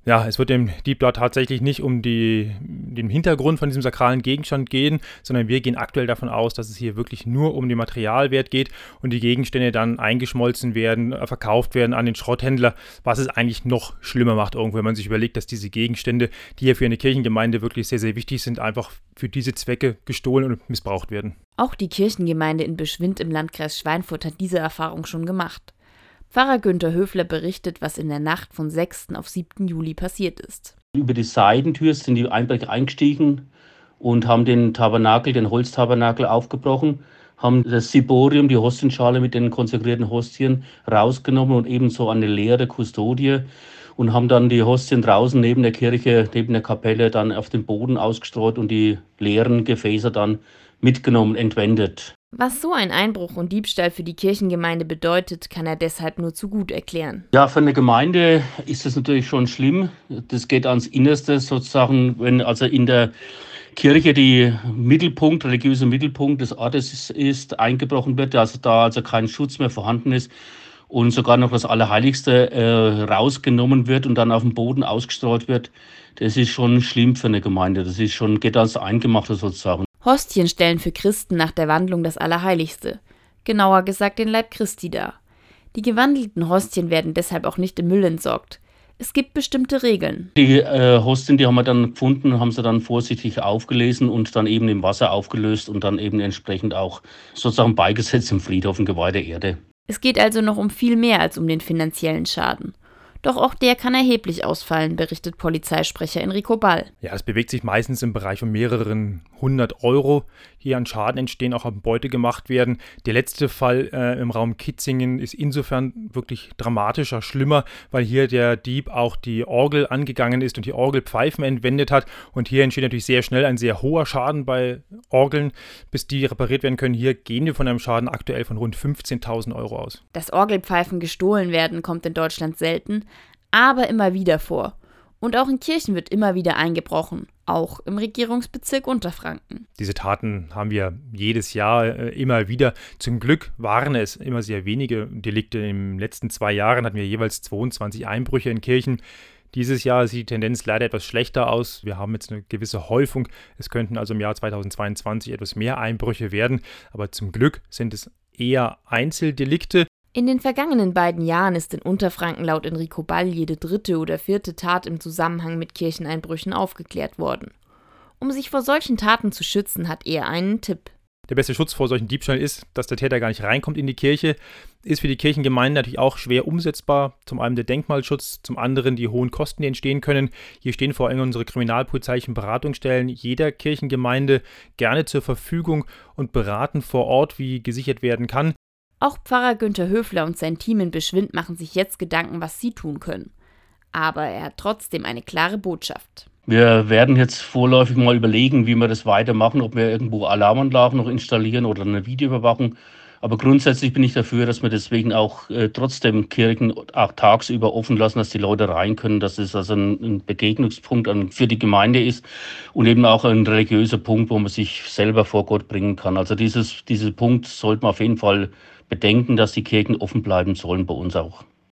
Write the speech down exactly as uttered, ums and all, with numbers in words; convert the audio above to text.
Ja, es wird dem Dieb dort tatsächlich nicht um die, den Hintergrund von diesem sakralen Gegenstand gehen, sondern wir gehen aktuell davon aus, dass es hier wirklich nur um den Materialwert geht und die Gegenstände dann eingeschmolzen werden, äh, verkauft werden an den Schrotthändler, was es eigentlich noch schlimmer macht irgendwo, wenn man sich überlegt, dass diese Gegenstände, die hier für eine Kirchengemeinde wirklich sehr, sehr wichtig sind, einfach für diese Zwecke gestohlen und missbraucht werden. Auch die Kirchengemeinde in Beschwind im Landkreis Schweinfurt hat diese Erfahrung schon gemacht. Pfarrer Günther Höfler berichtet, was in der Nacht von sechsten auf siebten Juli passiert ist. Über die Seitentür sind die Einbrecher eingestiegen und haben den Tabernakel, den Holztabernakel aufgebrochen, haben das Ciborium, die Hostienschale mit den konsekrierten Hostien, rausgenommen und ebenso eine leere Kustodie und haben dann die Hostien draußen neben der Kirche, neben der Kapelle dann auf den Boden ausgestreut und die leeren Gefäße dann mitgenommen, entwendet. Was so ein Einbruch und Diebstahl für die Kirchengemeinde bedeutet, kann er deshalb nur zu gut erklären. Ja, für eine Gemeinde ist das natürlich schon schlimm. Das geht ans Innerste sozusagen, wenn also in der Kirche die Mittelpunkt, religiöse Mittelpunkt des Ortes ist, ist eingebrochen wird, also da also kein Schutz mehr vorhanden ist und sogar noch das Allerheiligste äh, rausgenommen wird und dann auf dem Boden ausgestreut wird. Das ist schon schlimm für eine Gemeinde. Das ist schon, geht ans Eingemachte sozusagen. Hostien stellen für Christen nach der Wandlung das Allerheiligste, genauer gesagt den Leib Christi dar. Die gewandelten Hostien werden deshalb auch nicht im Müll entsorgt. Es gibt bestimmte Regeln. Die äh, Hostien, die haben wir dann gefunden, haben sie dann vorsichtig aufgelesen und dann eben im Wasser aufgelöst und dann eben entsprechend auch sozusagen beigesetzt im Friedhof in geweihter Erde. Es geht also noch um viel mehr als um den finanziellen Schaden. Doch auch der kann erheblich ausfallen, berichtet Polizeisprecher Enrico Ball. Ja, es bewegt sich meistens im Bereich von mehreren hundert Euro, die an Schaden entstehen, auch an Beute gemacht werden. Der letzte Fall äh, im Raum Kitzingen ist insofern wirklich dramatischer, schlimmer, weil hier der Dieb auch die Orgel angegangen ist und die Orgelpfeifen entwendet hat. Und hier entsteht natürlich sehr schnell ein sehr hoher Schaden bei Orgeln, bis die repariert werden können. Hier gehen wir von einem Schaden aktuell von rund fünfzehntausend Euro aus. Dass Orgelpfeifen gestohlen werden, kommt in Deutschland selten, aber immer wieder vor. Und auch in Kirchen wird immer wieder eingebrochen, auch im Regierungsbezirk Unterfranken. Diese Taten haben wir jedes Jahr äh, immer wieder. Zum Glück waren es immer sehr wenige Delikte. In den letzten zwei Jahren hatten wir jeweils zweiundzwanzig Einbrüche in Kirchen. Dieses Jahr sieht die Tendenz leider etwas schlechter aus. Wir haben jetzt eine gewisse Häufung. Es könnten also im Jahr zweitausendzweiundzwanzig etwas mehr Einbrüche werden. Aber zum Glück sind es eher Einzeldelikte. In den vergangenen beiden Jahren ist in Unterfranken laut Enrico Ball jede dritte oder vierte Tat im Zusammenhang mit Kircheneinbrüchen aufgeklärt worden. Um sich vor solchen Taten zu schützen, hat er einen Tipp. Der beste Schutz vor solchen Diebstählen ist, dass der Täter gar nicht reinkommt in die Kirche. Ist für die Kirchengemeinde natürlich auch schwer umsetzbar. Zum einen der Denkmalschutz, zum anderen die hohen Kosten, die entstehen können. Hier stehen vor allem unsere kriminalpolizeilichen Beratungsstellen jeder Kirchengemeinde gerne zur Verfügung und beraten vor Ort, wie gesichert werden kann. Auch Pfarrer Günther Höfler und sein Team in Beschwind machen sich jetzt Gedanken, was sie tun können. Aber er hat trotzdem eine klare Botschaft. Wir werden jetzt vorläufig mal überlegen, wie wir das weitermachen, ob wir irgendwo Alarmanlagen noch installieren oder eine Videoüberwachung. Aber grundsätzlich bin ich dafür, dass wir deswegen auch äh, trotzdem Kirchen auch tagsüber offen lassen, dass die Leute rein können, dass es also ein, ein Begegnungspunkt an, für die Gemeinde ist und eben auch ein religiöser Punkt, wo man sich selber vor Gott bringen kann. Also dieses, diesen Punkt sollte man auf jeden Fall bedenken, dass die Kirchen offen bleiben sollen bei uns auch.